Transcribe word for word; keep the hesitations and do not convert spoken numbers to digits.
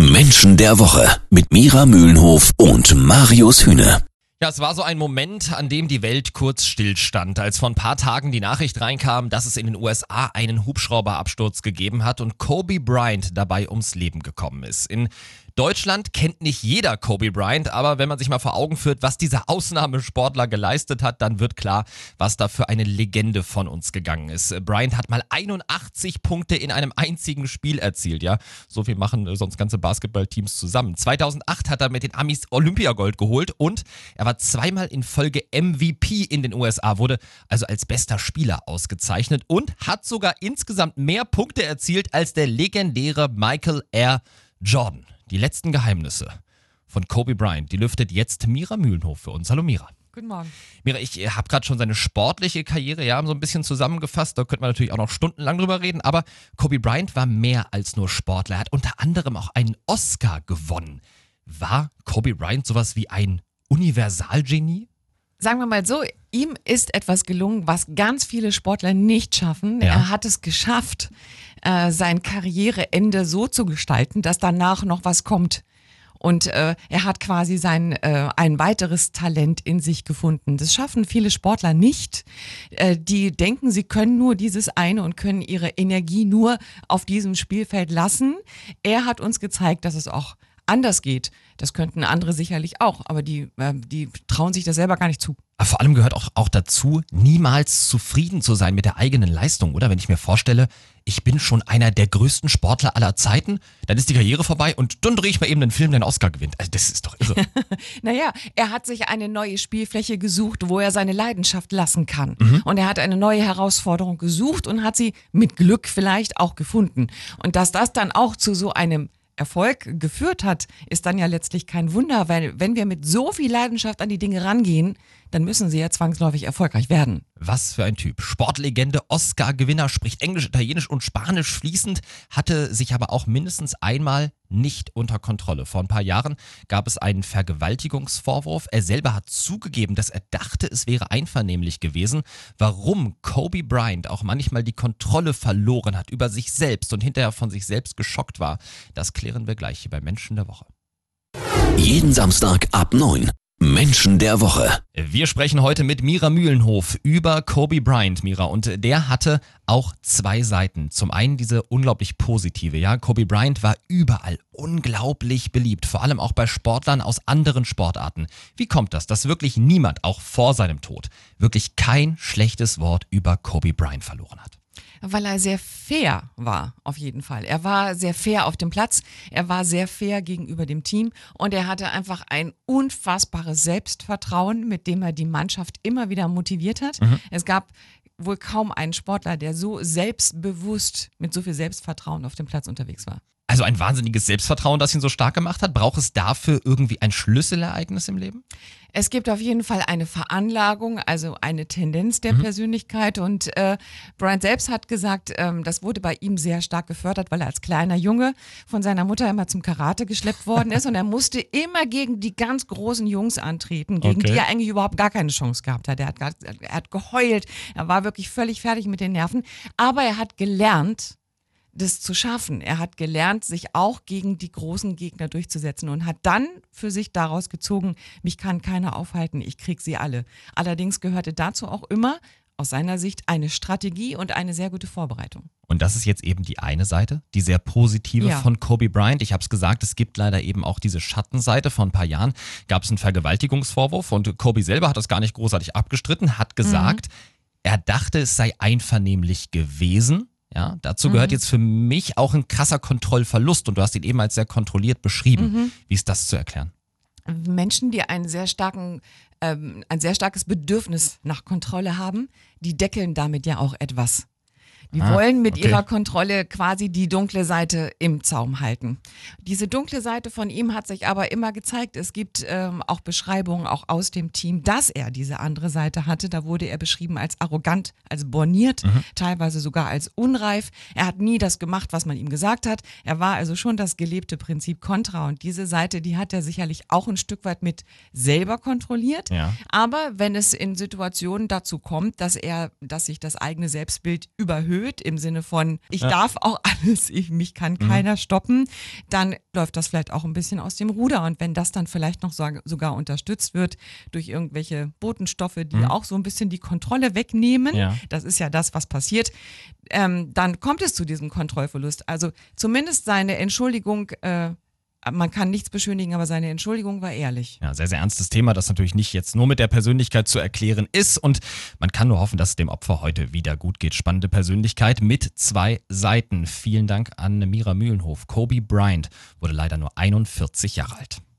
Menschen der Woche mit Mira Mühlenhof und Marius Hühne. Ja, es war so ein Moment, an dem die Welt kurz stillstand, als vor ein paar Tagen die Nachricht reinkam, dass es in den U S A einen Hubschrauberabsturz gegeben hat und Kobe Bryant dabei ums Leben gekommen ist. In Deutschland kennt nicht jeder Kobe Bryant, aber wenn man sich mal vor Augen führt, was dieser Ausnahmesportler geleistet hat, dann wird klar, was da für eine Legende von uns gegangen ist. Bryant hat mal einundachtzig Punkte in einem einzigen Spiel erzielt, ja. So viel machen äh, sonst ganze Basketballteams zusammen. zweitausendacht hat er mit den Amis Olympiagold geholt und er war zweimal in Folge M V P in den U S A, wurde also als bester Spieler ausgezeichnet und hat sogar insgesamt mehr Punkte erzielt als der legendäre Michael R. Jordan. Die letzten Geheimnisse von Kobe Bryant, die lüftet jetzt Mira Mühlenhof für uns. Hallo Mira. Guten Morgen. Mira, ich habe gerade schon seine sportliche Karriere ja so ein bisschen zusammengefasst. Da könnte man natürlich auch noch stundenlang drüber reden. Aber Kobe Bryant war mehr als nur Sportler. Er hat unter anderem auch einen Oscar gewonnen. War Kobe Bryant sowas wie ein Universalgenie? Sagen wir mal so, ihm ist etwas gelungen, was ganz viele Sportler nicht schaffen. Ja. Er hat es geschafft, äh, sein Karriereende so zu gestalten, dass danach noch was kommt. Und äh, er hat quasi sein äh, ein weiteres Talent in sich gefunden. Das schaffen viele Sportler nicht. Äh, die denken, sie können nur dieses eine und können ihre Energie nur auf diesem Spielfeld lassen. Er hat uns gezeigt, dass es auch anders geht. Das könnten andere sicherlich auch, aber die, äh, die trauen sich das selber gar nicht zu. Aber vor allem gehört auch, auch dazu, niemals zufrieden zu sein mit der eigenen Leistung, oder? Wenn ich mir vorstelle, ich bin schon einer der größten Sportler aller Zeiten, dann ist die Karriere vorbei und dann drehe ich mal eben einen Film, der einen Oscar gewinnt. Also das ist doch irre. Naja, er hat sich eine neue Spielfläche gesucht, wo er seine Leidenschaft lassen kann. Mhm. Und er hat eine neue Herausforderung gesucht und hat sie mit Glück vielleicht auch gefunden. Und dass das dann auch zu so einem Erfolg geführt hat, ist dann ja letztlich kein Wunder, weil wenn wir mit so viel Leidenschaft an die Dinge rangehen, dann müssen sie ja zwangsläufig erfolgreich werden. Was für ein Typ. Sportlegende, Oscar-Gewinner, spricht Englisch, Italienisch und Spanisch fließend, hatte sich aber auch mindestens einmal nicht unter Kontrolle. Vor ein paar Jahren gab es einen Vergewaltigungsvorwurf. Er selber hat zugegeben, dass er dachte, es wäre einvernehmlich gewesen. Warum Kobe Bryant auch manchmal die Kontrolle verloren hat über sich selbst und hinterher von sich selbst geschockt war, das klären wir gleich hier bei Menschen der Woche. Jeden Samstag ab neun. Menschen der Woche. Wir sprechen heute mit Mira Mühlenhof über Kobe Bryant, Mira. Und der hatte auch zwei Seiten. Zum einen diese unglaublich positive, ja. Kobe Bryant war überall unglaublich beliebt, vor allem auch bei Sportlern aus anderen Sportarten. Wie kommt das, dass wirklich niemand, auch vor seinem Tod, wirklich kein schlechtes Wort über Kobe Bryant verloren hat? Weil er sehr fair war, auf jeden Fall. Er war sehr fair auf dem Platz, er war sehr fair gegenüber dem Team und er hatte einfach ein unfassbares Selbstvertrauen, mit dem er die Mannschaft immer wieder motiviert hat. Mhm. Es gab wohl kaum einen Sportler, der so selbstbewusst, mit so viel Selbstvertrauen auf dem Platz unterwegs war. Also ein wahnsinniges Selbstvertrauen, das ihn so stark gemacht hat. Braucht es dafür irgendwie ein Schlüsselereignis im Leben? Es gibt auf jeden Fall eine Veranlagung, also eine Tendenz der Mhm. Persönlichkeit und äh, Bryant selbst hat gesagt, ähm, das wurde bei ihm sehr stark gefördert, weil er als kleiner Junge von seiner Mutter immer zum Karate geschleppt worden ist und er musste immer gegen die ganz großen Jungs antreten, gegen Okay. die er eigentlich überhaupt gar keine Chance gehabt hat. Er hat, gar, er hat geheult, er war wirklich völlig fertig mit den Nerven, aber er hat gelernt, das zu schaffen. Er hat gelernt, sich auch gegen die großen Gegner durchzusetzen und hat dann für sich daraus gezogen, mich kann keiner aufhalten, ich krieg sie alle. Allerdings gehörte dazu auch immer aus seiner Sicht eine Strategie und eine sehr gute Vorbereitung. Und das ist jetzt eben die eine Seite, die sehr positive Ja. von Kobe Bryant. Ich habe es gesagt, es gibt leider eben auch diese Schattenseite. Vor ein paar Jahren gab es einen Vergewaltigungsvorwurf und Kobe selber hat das gar nicht großartig abgestritten, hat gesagt, mhm. er dachte, es sei einvernehmlich gewesen. Ja, dazu gehört Mhm. jetzt für mich auch ein krasser Kontrollverlust und du hast ihn eben als sehr kontrolliert beschrieben. Mhm. Wie ist das zu erklären? Menschen, die einen sehr starken, ähm, ein sehr starkes Bedürfnis nach Kontrolle haben, die deckeln damit ja auch etwas. Die Ah, wollen mit okay. ihrer Kontrolle quasi die dunkle Seite im Zaum halten. Diese dunkle Seite von ihm hat sich aber immer gezeigt. Es gibt ähm, auch Beschreibungen auch aus dem Team, dass er diese andere Seite hatte. Da wurde er beschrieben als arrogant, als borniert, Mhm. teilweise sogar als unreif. Er hat nie das gemacht, was man ihm gesagt hat. Er war also schon das gelebte Prinzip Kontra. Und diese Seite, die hat er sicherlich auch ein Stück weit mit selber kontrolliert. Ja. Aber wenn es in Situationen dazu kommt, dass er, dass sich das eigene Selbstbild überhöht, erhöht im Sinne von, ich Ja. darf auch alles, ich, mich kann Mhm. keiner stoppen, dann läuft das vielleicht auch ein bisschen aus dem Ruder. Und wenn das dann vielleicht noch so, sogar unterstützt wird durch irgendwelche Botenstoffe, die Mhm. auch so ein bisschen die Kontrolle wegnehmen, Ja. das ist ja das, was passiert, ähm, dann kommt es zu diesem Kontrollverlust. Also zumindest seine Entschuldigung, äh, man kann nichts beschönigen, aber seine Entschuldigung war ehrlich. Ja, sehr, sehr ernstes Thema, das natürlich nicht jetzt nur mit der Persönlichkeit zu erklären ist. Und man kann nur hoffen, dass es dem Opfer heute wieder gut geht. Spannende Persönlichkeit mit zwei Seiten. Vielen Dank an Mira Mühlenhof. Kobe Bryant wurde leider nur einundvierzig Jahre alt.